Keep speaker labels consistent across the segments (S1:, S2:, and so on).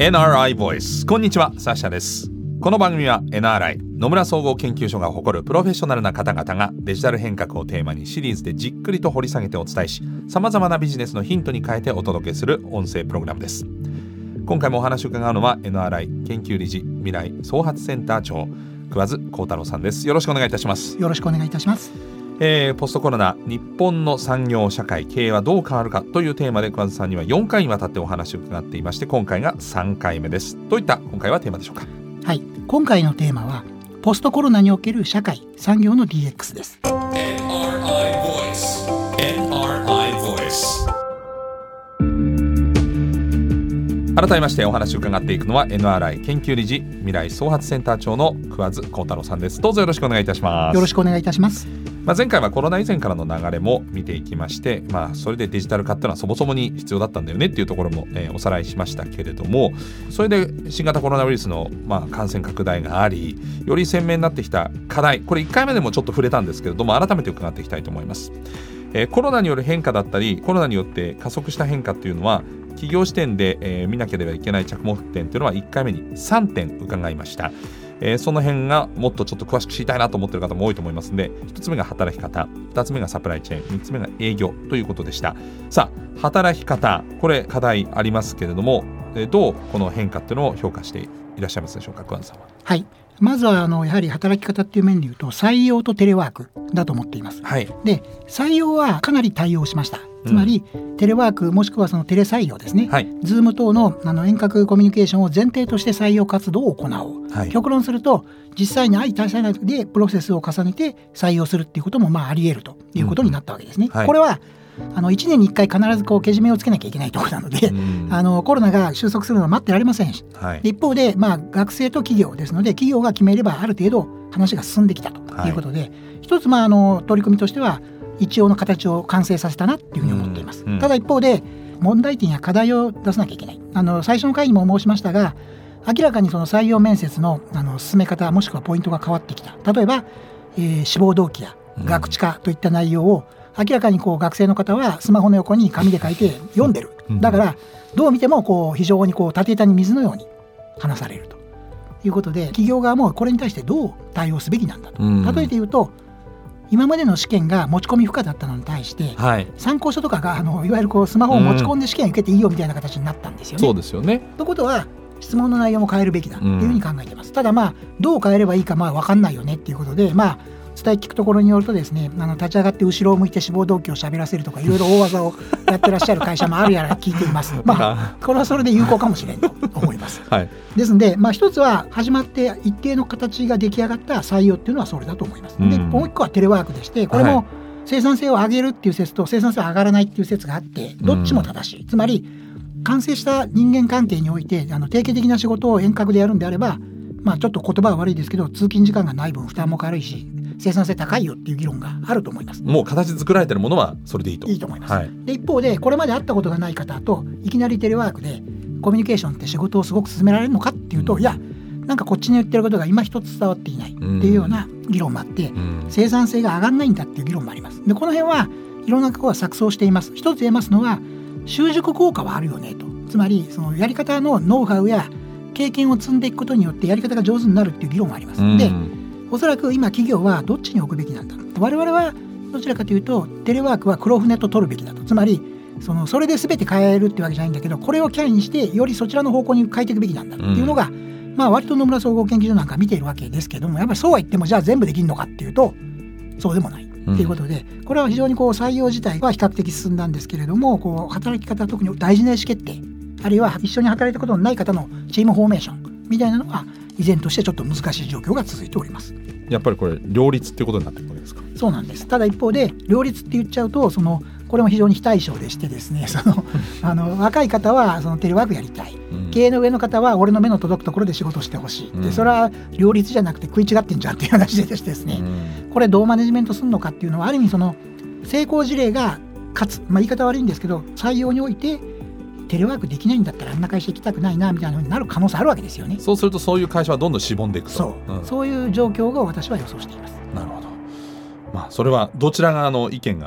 S1: NRI ボイス。こんにちは、サッシャです。この番組は NRI 野村総合研究所が誇るプロフェッショナルな方々がデジタル変革をテーマにシリーズでじっくりと掘り下げてお伝えし、様々なビジネスのヒントに変えてお届けする音声プログラムです。今回もお話を伺うのは NRI 研究理事未来創発センター長桑津幸太郎さんです。よろしくお願いいたします。
S2: よろしくお願いいたします。
S1: ポストコロナ日本の産業社会経営はどう変わるかというテーマで桑津さんには4回にわたってお話を伺っていまして、今回が3回目です。どういった今回はテーマでしょうか？
S2: はい、今回のテーマはポストコロナにおける社会産業の DX です。
S1: NRI Voice。 改めましてお話を伺っていくのは NRI 研究理事未来創発センター長の桑津幸太郎さんです。どうぞよろしくお願いいたします。
S2: よろしくお願いいたします。
S1: 前回はコロナ以前からの流れも見ていきまして、それでデジタル化っていうのはそもそもに必要だったんだよねっていうところも、おさらいしましたけれども、それで新型コロナウイルスの、感染拡大があり、より鮮明になってきた課題、これ1回目でもちょっと触れたんですけれども、改めて伺っていきたいと思います。コロナによる変化だったり、コロナによって加速した変化っていうのは企業視点で、見なければいけない着目点っていうのは1回目に3点伺いました。その辺がもっとちょっと詳しく知りたいなと思っている方も多いと思いますので、1つ目が働き方、2つ目がサプライチェーン、3つ目が営業ということでした。さあ、働き方、これ課題ありますけれども、どうこの変化っていうのを評価していらっしゃいますでしょうか？桑津さんは。
S2: はい、まずはやはり働き方っていう面でいうと採用とテレワークだと思っています。
S1: はい、
S2: で採用はかなり対応しました。つまり、テレワークもしくはそのテレ採用ですね、はい、Zoom 等の遠隔コミュニケーションを前提として採用活動を行おう、はい、極論すると実際に相対対策でプロセスを重ねて採用するっていうこともあり得るということになったわけですね、はい、これは1年に1回必ずけじめをつけなきゃいけないところなので、コロナが収束するのは待ってられませんし、はい、一方で、学生と企業ですので、企業が決めればある程度話が進んできたということで、はい、一つ取り組みとしては一応の形を完成させたなっていうふうに思っています。ただ一方で問題点や課題を出さなきゃいけない。最初の回にも申しましたが、明らかにその採用面接の進め方もしくはポイントが変わってきた。例えば、志望動機や学知化といった内容を明らかに学生の方はスマホの横に紙で書いて読んでる。だからどう見ても非常に縦板に水のように話されるということで、企業側もこれに対してどう対応すべきなんだと。例えて言うと、今までの試験が持ち込み不可だったのに対して、はい、参考書とかがいわゆるスマホを持ち込んで試験を受けていいよみたいな形になったんですよね。
S1: そうですよね。
S2: ということは質問の内容も変えるべきだというふうに考えています。ただどう変えればいいか分かんないよねっていうことで、伝え聞くところによるとですね、立ち上がって後ろを向いて志望動機を喋らせるとか、いろいろ大技をやってらっしゃる会社もあるやら聞いています。これはそれで有効かもしれんと思います、はい、ですので、一つは始まって一定の形が出来上がった採用っていうのはそれだと思います。でもう一個はテレワークでして、これも生産性を上げるっていう説と生産性は上がらないっていう説があって、どっちも正しい。つまり完成した人間関係において定期的な仕事を遠隔でやるんであれば、ちょっと言葉は悪いですけど、通勤時間がない分負担も軽いし生産性高いよっていう議論があると思います。
S1: もう形作られているものはそれでいいと
S2: 思います、はい、で一方でこれまで会ったことがない方といきなりテレワークでコミュニケーションって仕事をすごく進められるのかっていうと、いや、なんかこっちに言ってることが今一つ伝わっていないっていうような議論もあって、生産性が上がらないんだっていう議論もあります。でこの辺はいろんなところが錯綜しています。一つ言えますのは、習熟効果はあるよねと。つまりそのやり方のノウハウや経験を積んでいくことによってやり方が上手になるっていう議論があります。でおそらく今企業はどっちに置くべきなんだろう。我々はどちらかというとテレワークは黒船と取るべきだと。つまりそれで全て変えるってわけじゃないんだけど、これをキャリにしてよりそちらの方向に変えていくべきなんだっていうのが、割と野村総合研究所なんか見ているわけですけども、やっぱりそうは言ってもじゃあ全部できるのかっていうとそうでもないっていうことで、これは非常に採用自体は比較的進んだんですけれども、働き方、特に大事な意思決定、あるいは一緒に働いたことのない方のチームフォーメーションみたいなのは依然としてちょっと難しい状況が続いております。
S1: やっぱりこれ両立っていうことになってくるわけですか？
S2: そうなんです。ただ一方で両立って言っちゃうとこれも非常に非対称でしてですね、若い方はテレワークやりたい、経営の上の方は俺の目の届くところで仕事してほしい、でそれは両立じゃなくて食い違ってんじゃんっていう話でしてですね、これどうマネジメントするのかっていうのは、ある意味成功事例がかつ、言い方悪いんですけど、採用においてテレワークできないんだったらあんな会社行きたくないなみたいな風になる可能性あるわけですよね。
S1: そうするとそういう会社はどんどんしぼんでいくと、
S2: そういう状況を私は予想しています。
S1: なるほど。それはどちら側の意見が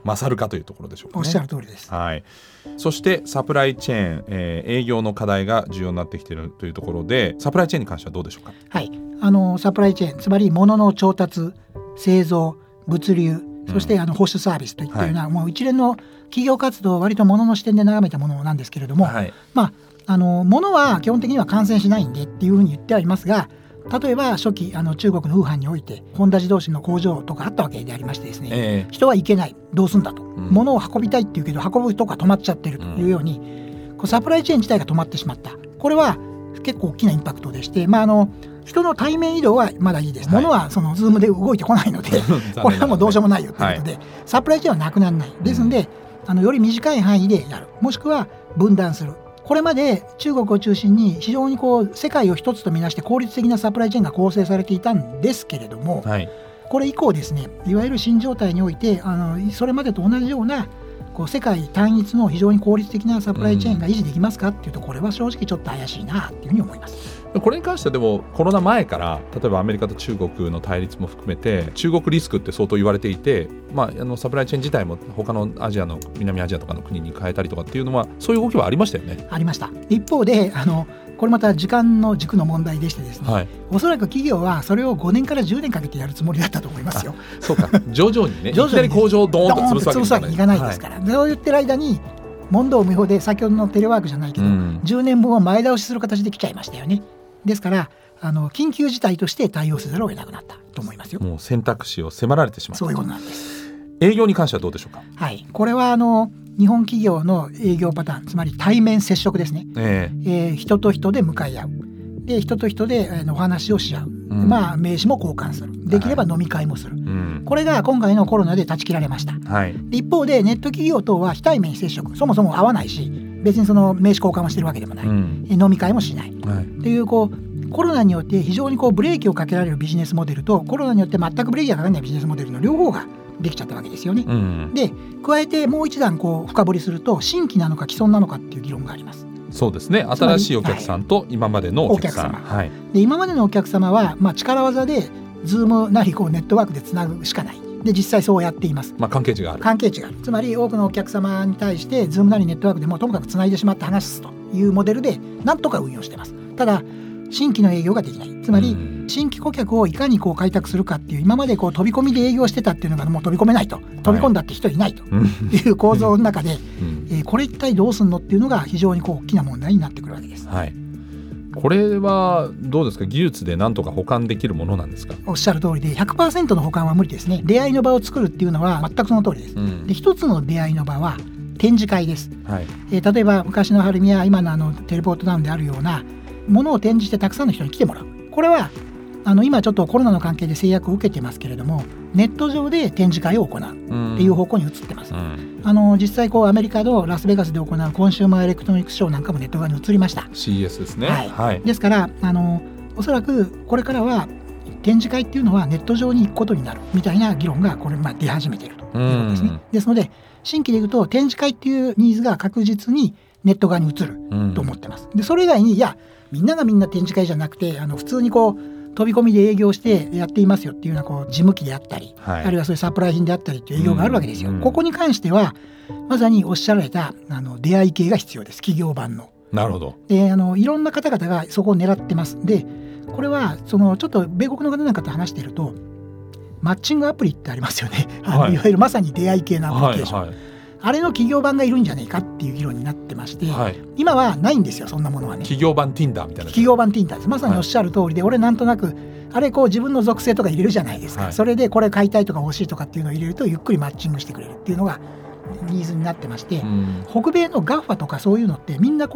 S1: 勝るかというところでしょうかね。
S2: おっしゃる通りです。
S1: はい、そしてサプライチェーン、営業の課題が重要になってきているというところで、サプライチェーンに関してはどうでしょうか。
S2: はい、サプライチェーン、つまり物の調達、製造、物流、そして保守サービスといったような、もう一連の企業活動を割と物の視点で眺めたものなんですけれども、物は基本的には感染しないんでっていうふうに言ってはいますが、例えば初期中国のウーハンにおいてホンダ自動車の工場とかあったわけでありましてですね、人は行けない、どうすんだと、物を運びたいっていうけど運ぶとか止まっちゃってるというように、サプライチェーン自体が止まってしまった。これは結構大きなインパクトでして、人の対面移動はまだいいです。物はそのズームで動いてこないのでこれはもうどうしようもないよということで、サプライチェーンはなくならないですので、より短い範囲でやる、もしくは分断する。これまで中国を中心に非常に世界を一つとみなして効率的なサプライチェーンが構成されていたんですけれども、これ以降ですね、いわゆる新状態においてそれまでと同じような世界単一の非常に効率的なサプライチェーンが維持できますかっていうと、これは正直ちょっと怪しいなというふうに思います。
S1: これに関してはでもコロナ前から例えばアメリカと中国の対立も含めて中国リスクって相当言われていて、サプライチェーン自体も他のアジアの南アジアとかの国に変えたりとかっていうのは、そういう動きはありましたよね。
S2: ありました。一方でこれまた時間の軸の問題でしてですね、おそらく企業はそれを5年から10年かけてやるつもりだったと思いますよ。
S1: そうか、徐々にねいきなり工場をドーンと潰すわけにいかないですから、
S2: そう言ってる間に問答無用で先ほどのテレワークじゃないけど、10年分を前倒しする形で来ちゃいましたよね。ですから緊急事態として対応せざるを得なくなったと思いますよ。
S1: もう選択肢を迫られてしまった。
S2: そういうことなんです。
S1: 営業に関してはどうでしょうか。
S2: はい、これは日本企業の営業パターン、つまり対面接触ですね。人と人で向かい合う、で人と人でお話をし合う、名刺も交換する、できれば飲み会もする、これが今回のコロナで断ち切られました。で一方でネット企業等は非対面接触、そもそも会わないし、別にその名刺交換をしてるわけでもない、飲み会もしない、というコロナによって非常にブレーキをかけられるビジネスモデルと、コロナによって全くブレーキがかからないビジネスモデルの両方ができちゃったわけですよね。で加えてもう一段深掘りすると、新規なのか既存なのかっていう議論があります。
S1: そうですね、新しいお客さんと今までのお客さん、
S2: で今までのお客様は、力技でズームなりネットワークでつなぐしかない。で実際そうやっています。
S1: 関係値がある。
S2: つまり多くのお客様に対してズームなりネットワークでもともかくつないでしまって話すというモデルでなんとか運用しています。ただ新規の営業ができない。つまり新規顧客をいかに開拓するかっていう、今まで飛び込みで営業してたっていうのがもう飛び込めないと、飛び込んだって人いないという構造の中で、これ一体どうすんのっていうのが非常に大きな問題になってくるわけです。
S1: これはどうですか、技術でなんとか保管できるものなんですか。
S2: おっしゃる通りで 100% の保管は無理ですね。出会いの場を作るっていうのは全くその通りです。で一つの出会いの場は展示会です。例えば昔の晴海や今のテレポートダウンであるようなものを展示してたくさんの人に来てもらう。これは今ちょっとコロナの関係で制約を受けてますけれども、ネット上で展示会を行うっていう方向に移ってます。実際アメリカのラスベガスで行うコンシューマーエレクトロニクスショーなんかもネット側に移りました。
S1: CES ですね。
S2: ですからおそらくこれからは展示会っていうのはネット上に行くことになるみたいな議論が出始めているということですね。ですので新規でいうと展示会っていうニーズが確実にネット側に移ると思ってます。でそれ以外にみんながみんな展示会じゃなくて普通に飛び込みで営業してやっていますよっていうような事務機であったり、あるいはそういうサプライ品であったりっていう営業があるわけですよ。ここに関してはまさにおっしゃられた出会い系が必要です。企業版の。
S1: なるほど。
S2: でいろんな方々がそこを狙ってます。でこれはちょっと米国の方なんかと話していると、マッチングアプリってありますよね。いわゆるまさに出会い系のアプリケーション、あれの企業版がいるんじゃないかっていう議論になってまして、今はないんですよ、そんなものはね。
S1: 企業版 Tinder みたいな。
S2: 企業版 Tinder です。まさにおっしゃる通りで、俺なんとなくあれ自分の属性とか入れるじゃないですか。それでこれ買いたいとか欲しいとかっていうのを入れるとゆっくりマッチングしてくれるっていうのがニーズになってまして、北米の GAFA とかそういうのってみんな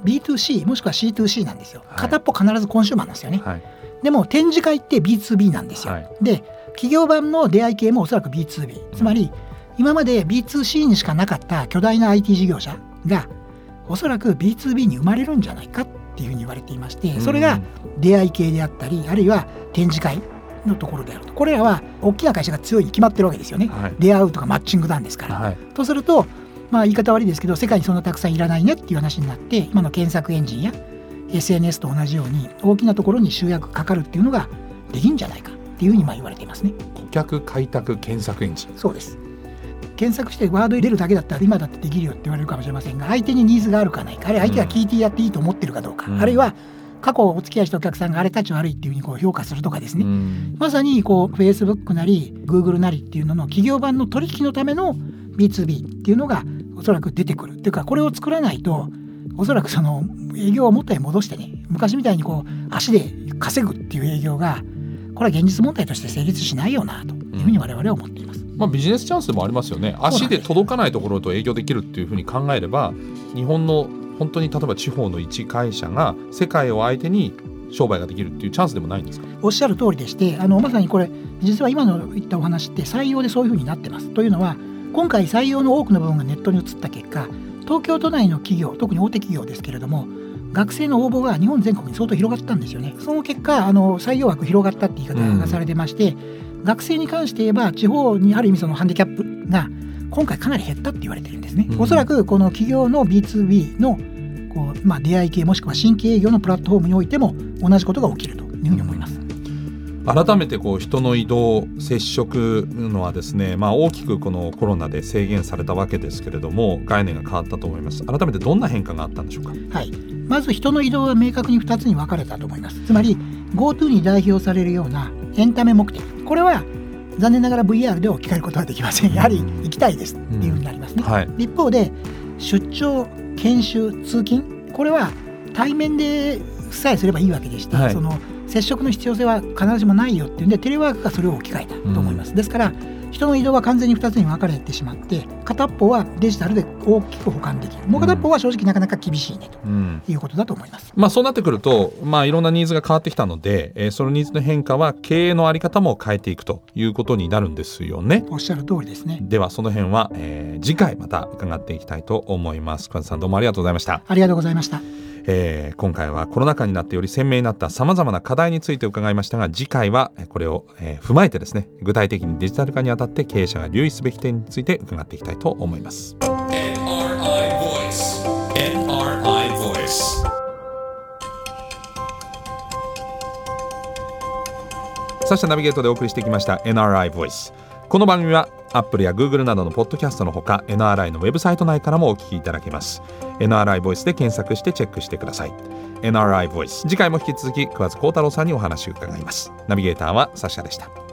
S2: B2C もしくは C2C なんですよ。片っぽ必ずコンシューマーなんですよね。でも展示会って B2B なんですよ。で企業版の出会い系もおそらく B2B、つまり今まで B2C にしかなかった巨大な IT 事業者がおそらく B2B に生まれるんじゃないかっていうふうに言われていまして、それが出会い系であったり、あるいは展示会のところであると。これらは大きな会社が強いに決まってるわけですよね。出会うとかマッチングなんですから、とすると言い方悪いですけど、世界にそんなたくさんいらないねっていう話になって、今の検索エンジンや SNS と同じように大きなところに集約かかるっていうのができるんじゃないかっていうふうに言われていますね。
S1: 顧客開拓検索エンジン。
S2: そうです。 検索してワード入れるだけだったら今だってできるよって言われるかもしれませんが、相手にニーズがあるかないか、あるいは相手が聞いてやっていいと思ってるかどうか、あるいは過去お付き合いしたお客さんがあれたち悪いっていうふうにこう評価するとかですね、まさにこう Facebook なり Google なりっていうのの企業版の取引のための B2B っていうのがおそらく出てくるっていうか、これを作らないとおそらくその営業を元へ戻してね、昔みたいにこう足で稼ぐっていう営業がこれは現実問題として成立しないよなというふうに我々は思っています。
S1: ビジネスチャンスでもありますよね。足で届かないところと営業できるっていうふうに考えれば、日本の本当に例えば地方の一会社が世界を相手に商売ができるっていうチャンスでもないんですか？
S2: おっしゃる通りでして、まさにこれ実は今の言ったお話って採用でそういうふうになってます。というのは今回採用の多くの部分がネットに移った結果、東京都内の企業、特に大手企業ですけれども、学生の応募が日本全国に相当広がったんですよね。その結果採用枠広がったって言い方がされてまして、学生に関して言えば地方にある意味そのハンディキャップが今回かなり減ったって言われてるんですね。おそらくこの企業の B2B のこう、出会い系もしくは新規営業のプラットフォームにおいても同じことが起きるというふうに思います。
S1: 改めてこう人の移動接触のはですね、大きくこのコロナで制限されたわけですけれども、概念が変わったと思います。改めてどんな変化があったんでしょうか？
S2: はい、まず人の移動は明確に2つに分かれたと思います。つまり GoTo に代表されるようなエンタメ目的、これは残念ながら VR で置き換えることはできません。やはり行きたいですっていうふうになりますね。一方で出張、研修、通勤、これは対面でさえすればいいわけでして、その接触の必要性は必ずしもないよっていうんでテレワークがそれを置き換えたと思います。ですから人の移動は完全に2つに分かれてしまって、片っぽはデジタルで大きく保管できる、もう片っぽは正直なかなか厳しいねということだと思います。
S1: そうなってくると、いろんなニーズが変わってきたので、そのニーズの変化は経営の在り方も変えていくということになるんですよね。
S2: おっしゃる通りですね。
S1: ではその辺は、次回また伺っていきたいと思います。桑田さん、どうもありがとうございました。
S2: ありがとうございました。
S1: 今回はコロナ禍になってより鮮明になったさまざまな課題について伺いましたが、次回はこれを踏まえてですね、具体的にデジタル化にあたって経営者が留意すべき点について伺っていきたいと思います。 NRI Voice。 サッシャナビゲートでお送りしてきました NRI Voice。 この番組はApple や Google などのポッドキャストのほか NRI のウェブサイト内からもお聞きいただけます。 NRI Voice で検索してチェックしてください。 NRI Voice、 次回も引き続き桑津光太郎さんにお話を伺います。ナビゲーターはサッシャでした。